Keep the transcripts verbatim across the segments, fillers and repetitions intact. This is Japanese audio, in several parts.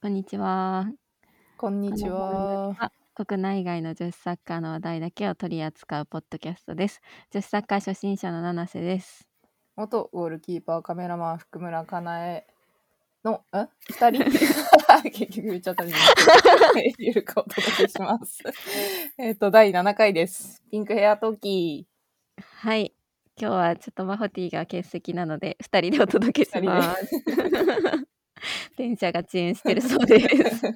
こんにちは。 こんにちこの番組は。 は国内外の女子サッカーの話題だけを取り扱うポッドキャストです。女子サッカー初心者の七瀬です。 元ゴールキーパーカメラマン福村かなえのん二人結局言っちゃったんですけどゆるくお届けしますえっとだいななかいです。ピンクヘアトーキー。 はい、今日はちょっとマホティが欠席なのでふたりでお届けします電車が遅延してるそうです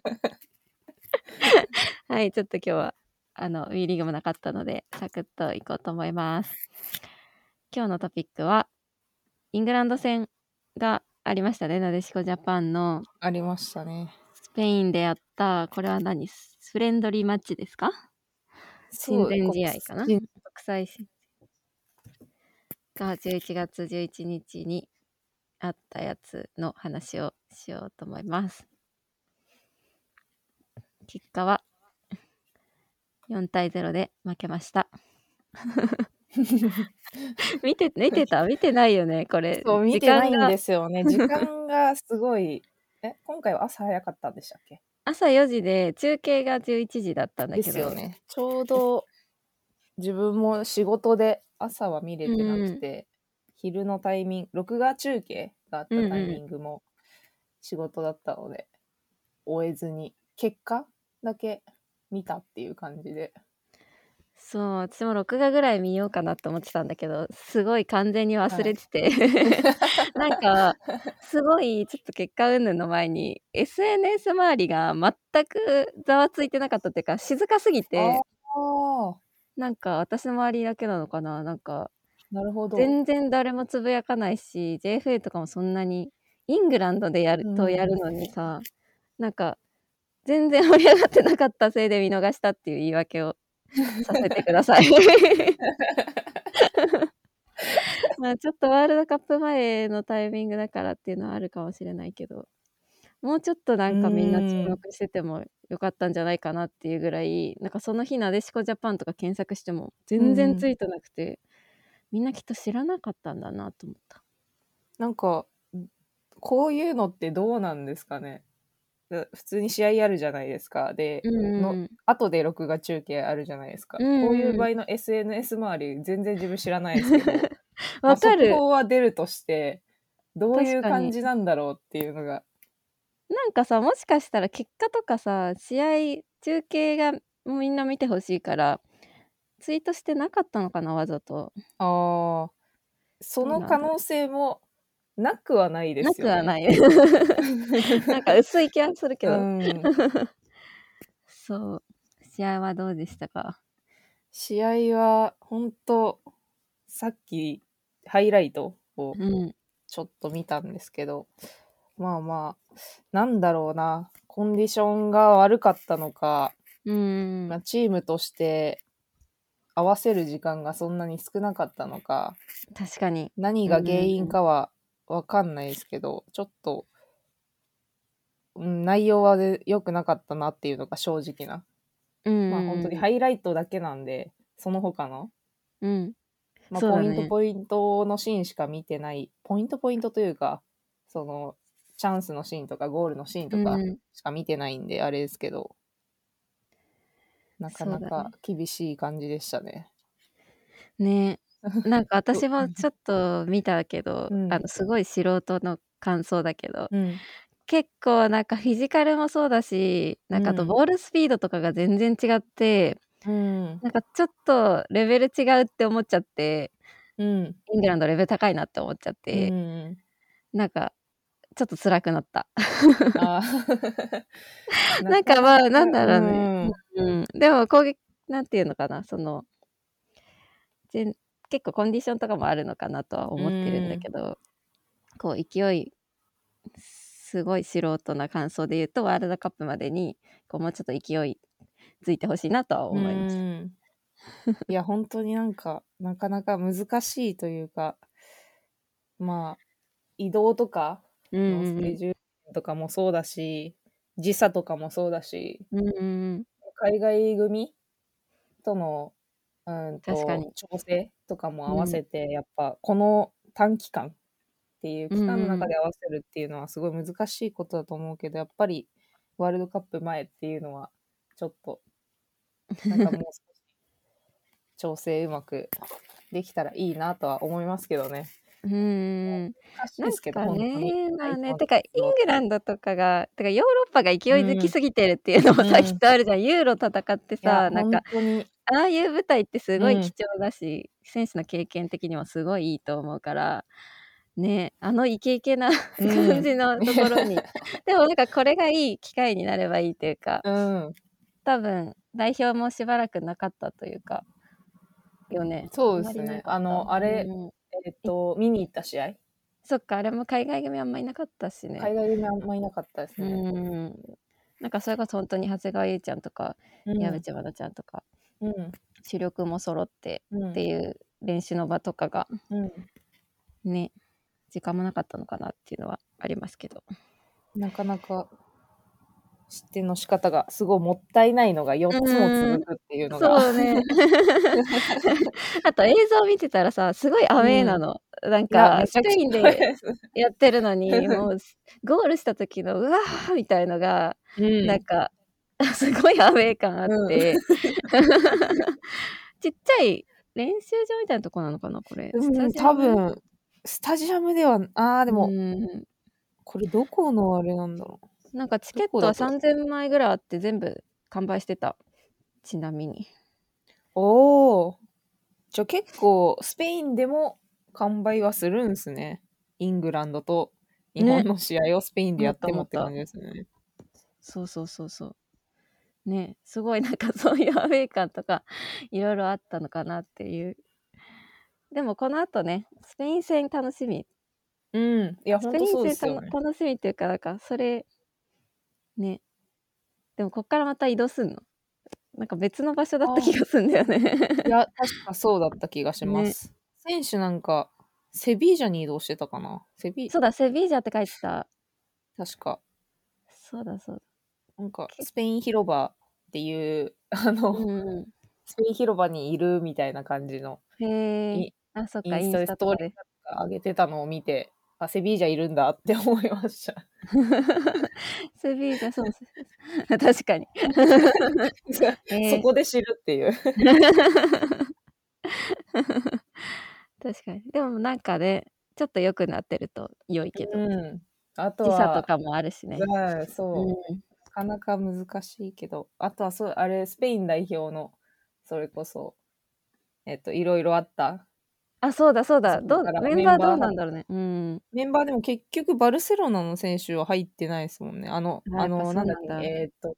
はい、ちょっと今日はあの WE リーグもなかったのでサクッといこうと思います。今日のトピックはイングランド戦がありましたね。なでしこジャパンのありましたね。 スペインでやったこれは何フレンドリーマッチですか？親そう善試合かな？ 国国際がじゅういちがつじゅういちにちにあったやつの話をしようと思います。結果はよんたいゼロで負けました見て見てた見てないよねこれそう見時てないん間がですよね時間がすごいえ今回は朝早かったんでしたっけ？ 朝よじで中継がじゅういちじだったんだでけどすよね。ちょうど自分も仕事で朝は見れてなくて、うん、昼のタイミング録画中継があったタイミングも仕事だったので、うんうん、終えずに結果だけ見たっていう感じで。 そう、私も録画ぐらい見ようかなと思ってたんだけどすごい完全に忘れてて、はい、なんかすごいちょっと結果云々の前に エスエヌエス 周りが全くざわついてなかったっていうか静かすぎて、なんか私の周りだけなのかな、なんかなるほど全然誰もつぶやかないし ジェイエフエー とかもそんなにイングランドでやるとやるのにさ、うん、なんか全然盛り上がってなかったせいで見逃したっていう言い訳をさせてくださいまあちょっとワールドカップ前のタイミングだからっていうのはあるかもしれないけど、もうちょっとなんかみんな注目しててもよかったんじゃないかなっていうぐらい、なんかその日なでしこジャパンとか検索しても全然ツイートなくて、みんなきっと知らなかったんだなと思った。 なんかこういうのってどうなんですかね。普通に試合あるじゃないですか。で、うんうん、の後で録画中継あるじゃないですか。うんうん、こういう場合の エスエヌエス 周り全然自分知らないですけどわかる。速報は出るとしてどういう感じなんだろうっていうのが。 なんかさ、もしかしたら結果とかさ、試合中継がみんな見てほしいからツイートしてなかったのかな、わざと。 ああ、その可能性もなくはないですよね。 なくはないなんか薄い気はするけど、うん、そう試合はどうでしたか？ 試合は本当さっきハイライトをちょっと見たんですけど、うん、まあまあなんだろうな、コンディションが悪かったのか、うん、まあ、チームとして合わせる時間がそんなに少なかったのか、 確かに何が原因かは分かんないですけど、ちょっと、うん、内容は良くなかったなっていうのが正直な、うん、まあ本当にハイライトだけなんでその他の、うんまあ、ポイントポイントのシーンしか見てない、ポイントポイントというかそのチャンスのシーンとかゴールのシーンとかしか見てないんであれですけど、うん、なかなか厳しい感じでしたね。ね、なんか私もちょっと見たけど、うん、あのすごい素人の感想だけど、うん、結構なんかフィジカルもそうだし、なんかあとボールスピードとかが全然違って、うん、なんかちょっとレベル違うって思っちゃって、うん、イングランドレベル高いなって思っちゃって、うん、なんかちょっと辛くなったあなんかまあなんだろうね、うん、うん、でも攻撃なんていうのかな、その結構コンディションとかもあるのかなとは思ってるんだけど、うん、こう勢いすごい素人な感想で言うとワールドカップまでにこうもうちょっと勢いついてほしいなとは思います。うん、いや本当になんかなかなか難しいというか、まあ移動とかのスケジュールとかもそうだし、うんうん、時差とかもそうだし、うんうん、海外組とのうんと調整とかも合わせて、うん、やっぱこの短期間っていう期間の中で合わせるっていうのはすごい難しいことだと思うけど、やっぱりワールドカップ前っていうのは、ちょっと、なんかもう少し調整うまくできたらいいなとは思いますけどね。 うーん。 難しいなんですけど、 か本当にね、まあね、 代表のてかイン出場って。 グランドとかが、てかヨーロッパが勢いづうん。 きすぎてるっていうのもさ、きっうん。 とあるじゃん。ユーロ戦っていや、 さ、なんか、 本当に。 ああいう舞台ってすうん。 ごい貴重だし、選手の経験的にもすごいいいと思うから、ね、あのイケイケなうん。 感じのところに、でもなんかこれがいい機会になればいいというか、 うん。 多分代表もしばらくなかったというか、よね。あんまりなそうですね。 かった。 あの、あれ、 うん。 えっいと、見に行った試合そっか、あれも海外組あんまいなかったしね。 海外組あんまいなかったですうね。 ーん。なんかそれこそほんとに長谷川優ちゃんとか、 うん。 岩渕真奈ちゃんとか、 うん。 主力も揃ってうん。 っていう練習の場とかが、 うん。 ね、時間もなかったのかなっていうのはありますけど。 なかなか失点の仕方がすごいもったいないのがよっつもうーん。 続くっていうのが。 そうね。あと映像見てたらさ、すごいアウェーうん。 なの。なんいや、 かスペめちゃくちインでゃです。 やってるのに、もう、すゴールした時の「うわ！」みたいのが、 うん。 なんか、すごいアウェー感あっうん。 て。ちっちゃい練習場みたいなとこなのかな、これ。スうん、 タジアム？ 多分、スタジアムではああ、でうも、 ーん。 これどこのあれなんだろう。 なんかチケットはどこだとさんぜんまいぐらいあって全部完売してた。ちなみに。 おお。じゃ、結構スペインでも完売はするんすね。イングランドと日本ね。 の試合をスペインで思っやった思った。 てもって感じですね。 そうそうそうそう。ね、すごいなんかそういうアウェー感とか色々あったのかなっていう。でもこの後ね、スペイン戦楽しみ。 うん、いや、 スペほんとそうでイン戦たのすよね。 楽しみっていうか、なんかそれね、でもこっからまた移動すんの？なんか別の場所だったああ。 気がすんだよね。 いや、確かそうだった気がしまね。 す。選手なんか、セビージャに移動してたかな。セビそうだ、セビージャって書いてた。 確か。 そうだそうだ。 なんか、 けスペイン広場っていう、あの、 うんうん。 スペイン広場にいるみたいな感じの、 へえ。 イあ、そっか、インスインスタでスタとかで。 トーリーかなんか上げてたのを見て、あ、セビージャいるんだって思いました。 セビージャ、そうそうそうそう。確かに。へそえ。 こで知るっていう。 確かに。でもなんかね、ちょっと良くなってると良いけど。 うん。あと時差とは、 かもあるしね。 うん、 うそう。 ん。 なかなか難しいけど、あとはそう、あれ、スペイン代表の、それこそ、えっと、いろいろあったあ、そうだそうだ。どうそこからメンバーどメンバーはうなんだろうね。うん。 メンバーでも結局バルセロナの選手は入ってないすもんね。あのあ、やっぱあの、なんだっけ、 そうなんだ。 えっと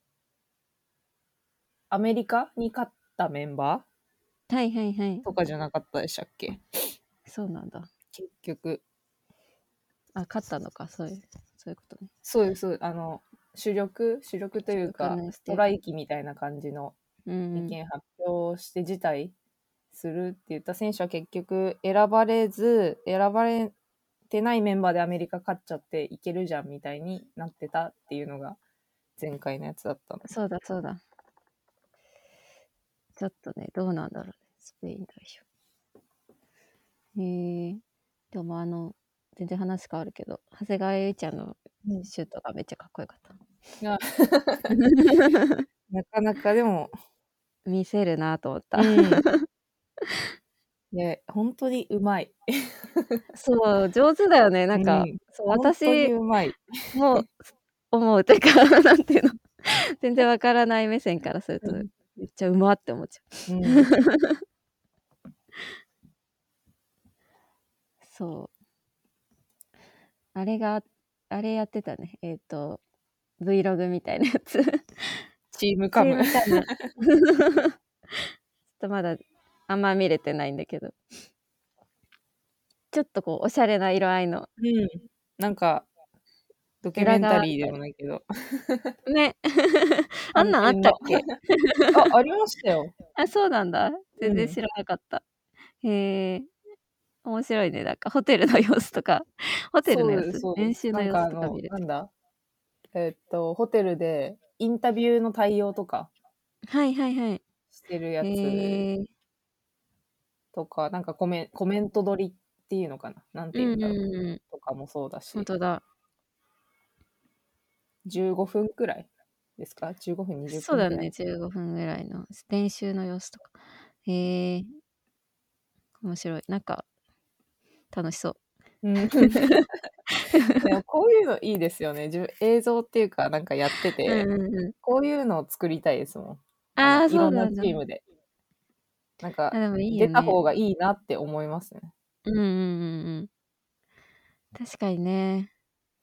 アメリカに勝ったメンバーはいはいはい。 とかじゃなかったでしたっけ？ そうなんだ。 結局。 あ、勝ったのか、そういうそういうことね。 そうですそうあの、主力主力とい主うか、 力のしてストライキみたいな感じのうんうん。 意見発表して辞退するって言った選手は結局選ばれず、選ばれてないメンバーでアメリカ勝っちゃっていけるじゃんみたいになってたっていうのが前回のやつだったの。 そうだそうだ。ちょっとね、どうなんだろうね、スペイン代表。へえ。でもあの、全然話変わるけど、長谷川唯ちゃんのうん。 シュートがめっちゃかっこよかった。 いや。なかなかでも見せるなと思った。 うん。ね、ほんとにうまい。 そう、上手だよね。なんか、 うん、 そう、 ほんとに私うまい。 も思うというか、なんていうの、全然わからない目線からすると、 うん。 めっちゃうまって思っちゃう。 うん。 そう。あれがあれやってたね。えっと、Vlog みたいなやつ。 チームカム。 チームカム。ちょっとまだあんま見れてないんだけど。ちょっとこうおしゃれな色合いの。 うん、なんか、ドキュメ裏ンタリーで側みたいな。 もないけど。 ね。あんなんあっ短編の。 たっけ？ あ、ありましたよ。 あ、そうなんだ。全うん。 然知らなかった。へえ。面白いね、なんかホテルの様子とか、ホテルのそうです様子？ そうです。なん練習の様子かあの、 とか見れて。 なんだ、えっと、ホテルでインタビューの対応とかはいはいはい。 してるやつへえ。 とか、なんかコメコメント撮りっていうのかな、なんうんて言うんだろう、 うんうん。 とかもそうだし。 ほんとだ。 じゅうごふんくらいですか？ じゅうご 分、にじゅっぷんくらい。 そうだね、じゅうごふんぐらいの練習の様子とか。へえ。面白い。なんか、楽しそう。 うん。でもこういうのいいですよね。じゅ映像っていうか、なんかやってうんて、 うんうん。 こういうのを作りたいですもん。あの、 ああ、 いろんなそうなんだ。 チームで。なんか、 あ、でもいい出よね。 た方がいいなって思いますね。 うんうんうんうん。確かにね。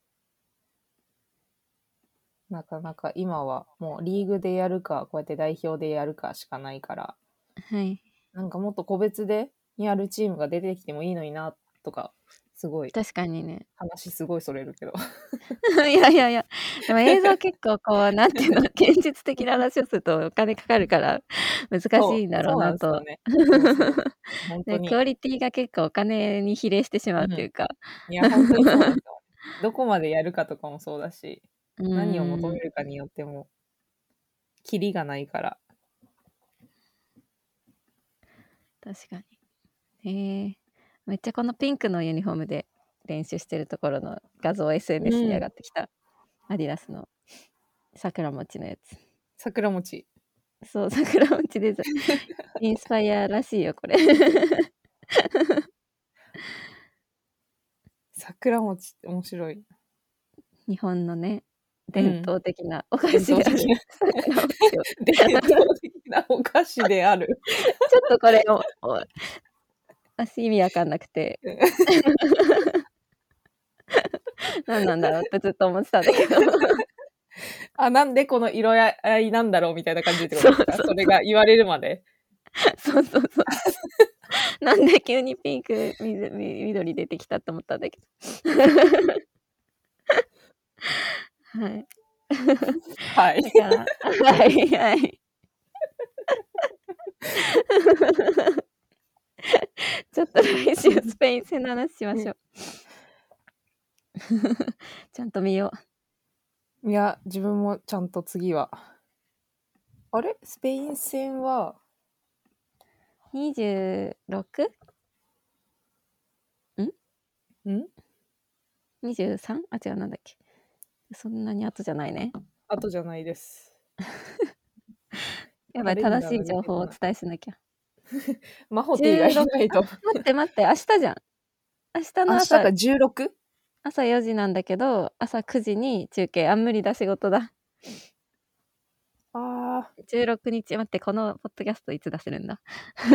なかなか今はもうリーグでやるか、こうやって代表でやるかしかないから、 はい。 なんかもっと個別でやるチームが出てきてもいいのにな、とか、すごい、 確かにね。 話すごいそれるけど。 いやいやいや、でも映像結構こう、なんていうの、現実的な話をするとお金かかるから難しそう、 いんだろうそうなんなと。 ですよね。そうそう。ほんとで、クに。 オリティが結構お金に比例してしまうん。 うっていうか。 いや、ほんとにそうなんですよ。どこまでやるかとかもそうだし、 う何を求ーん。 めるかによっても、キリがないから。 確かに。へえ。めっちゃこのピンクのユニフォームで練習してるところの画像 エスエヌエス に上うん。 がってきた。アディダスの桜餅のやつ。 桜餅。 そう、桜餅デザインスパイアらしいよ、これ。 桜餅って面白い。 日本のね、伝うん。 統的なお菓伝子である統的な桜餅を。 伝統的なお菓子である。 ちょっとこれを、お私意味わかんなくて。何なんだろうってずっと思ってたんだけど。 あ、なんでこの色合いなんだろうみたいな感じってことですか？ そうそうそう。 それが言われるまで。 そうそうそう。なんで急にピンク、みずみ緑出てきたと思ったんだけど。はい。 はい。 だからはいはい。ちょっと来週スペイン戦の話しましょう。ちゃんと見よいや、自分もちゃんと次は。あれ？スペイン戦はう。にじゅうろく？ん？ ん？ にじゅうさん？あ、違う、なんだっけ。そんなに後じゃないね。 後じゃないです。 やばい、 カレンダー正しい情が出てこない。 報をお伝えしなきゃ。 マホティがいじゅうろく、あ、 ないと。 待って待って、明日じゃん。明日の朝明日か じゅうろく？ 朝よじなんだけど、朝くじに中継。あ、無理だ、仕事だ。 ああ。 じゅうろくにち、待って、このポッドキャストいつ出せるんだ。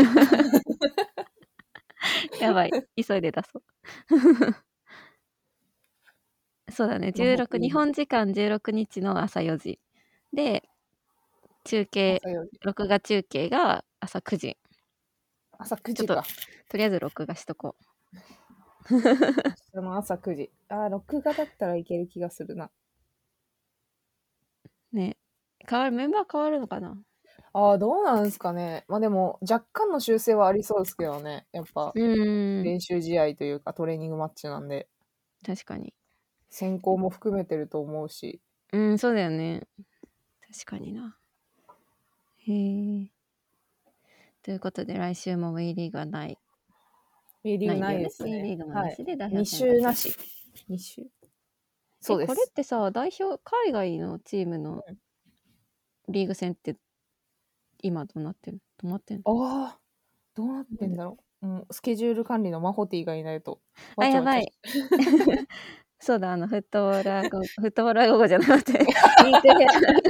やばい、急いで出そう。そうだね、じゅうろく、日本時間じゅうろくにちの朝よじ。で、中継、 朝よじ。 録画中継が朝くじ。 朝くちょっと、 じか。 とりあえず録画しとこう。 明日の朝くじ。ああ、録画だったらいける気がするな。 ね。変わる、メンバー変わるのかな？ ああ、どうなんですかね。まあでも、若干の修正はありそうですけどね。やっぱ、 うーん。 練習試合というかトレーニングマッチなんで、 確かに。 選考も含めてると思うし。 うん、そうだよね。確かにな。へえ。ということで、来週も ウェー リーグはない。 WE リーグないないんだよね。 ですウェーね。 リーグもはい。 なしで代表 2 選抜。 週なし。に週。そえ、これっうです。 てさ、代表、海外のチームのうんリーグ戦って今どうなってんの？止まってんの？ ああ、どうなってんだろう。もうスケジュール管理のマホティがいないと、 あ、 わちゃわちゃしやばい。そうだ、あの、フットボールはごフットボールは午後じゃなくて、ピンクヘ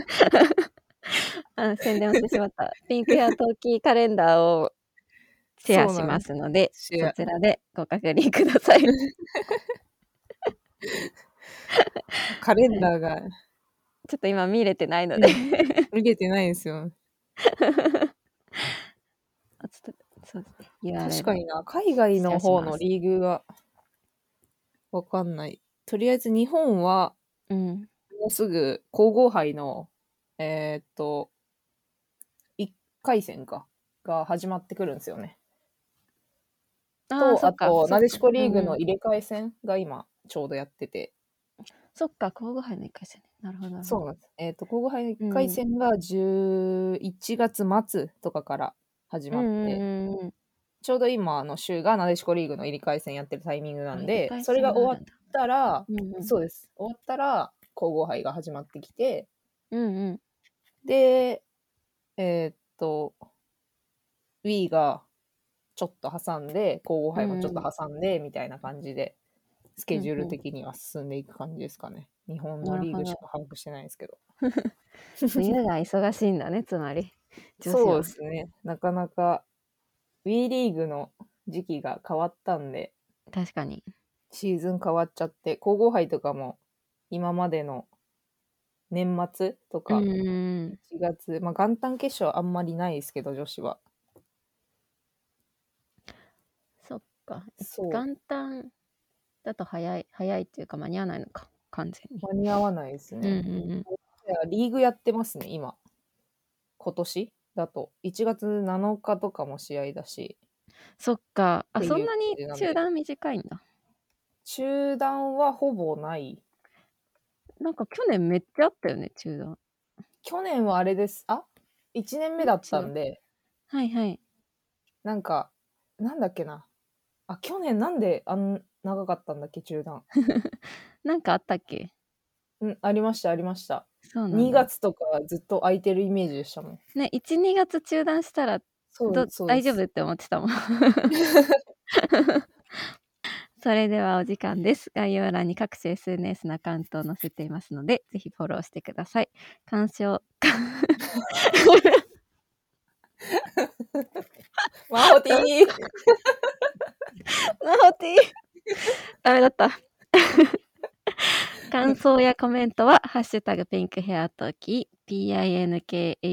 アあ、宣伝をしてしまった。ピンクヘア冬季カレンダーをシェアしまそうなんです。 すので、そシェア。 ちらでご確認ください。 カレンはい。 ダーがちょっと今見れてないので。 うん、見れてないんですよ。 あ、ちょっと、そうですね、ユーアールエル確かにな、海外シェのアします。 方のリーグがわかんない。とりあえず日本は、 うん。 もうすぐ皇后杯の、えーっと、いっかい戦か、が始まってくるんですよね。 ああ、 と、 そっか、 あと、 そっか。 なでしこリーうんうん。 グの入れ替え戦が今ちょうどやってて。 そっか、皇后杯のいっかい戦ね。なるほどなるほど。 そうなんです。えっと、皇后杯の1 うん。 回戦がじゅういちがつ末とかから始うんうまって、 んうんうん。 ちょうど今の週がなでしこリーグの入れ替え戦やってるタイミングなあ、 んで、 入れ替えそれが終わっ戦があるんだ。 たらうんうん。 そうです。終わったら、 皇后杯が始まってきて、 うんうん。 で、えーっと、Wii がちょっと挟んで、皇后杯もちょっと挟んで、みたいな感じで、スケジュール的には進んでいく感じですかね。日本のリーグしか把握してないですけど。 冬が忙しいんだね、つまり。女子そうは。 ですね。なかなか Wii リーグの時期が変わったんで、 確かに。 シーズン変わっちゃって、皇后杯とかも今までの年末とうんかうんうん。 いちがつ、まあ元旦決勝あんまりないですけど、女子は。 そっか。 そう。 元旦だと早い、早いっていうか間に合わないのか、完全に。 間に合わないですうんうね。 んうん。 リーグやってますね、今。今年だと。いちがつなのかとかも試合だし。 そっか。あ、 っていうそんなに感じなんで。 中断短いんだ。 中断はほぼない。 なんか去年めっちゃあったよね、中断。 去年はあれです。あ ?いち 年目だったんで、 はいはい。 なんか、なんだっけな。あ、去年なんであん長かったんだっけ、中断。 なんかあったっけ？ うん、ありました、ありました。2 そうなんだ。 月とかずっと空いてるイメージでしたもん。 ね、いち、にがつ中断したら、どそうです、そうです。 大丈夫って思ってたもん。それではお時間です。概要欄に各種 エスエヌエス のアカウントを載せていますので、ぜひフォローしてください。鑑賞マホティーマホティダメだった。感想やコメントは、ハッシュタグピンクヘアトーキー、ピンクヘアト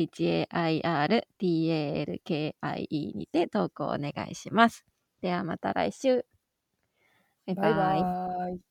ーキー にて投稿お願いします。ではまた来週。バイババイーイ。 バーイ。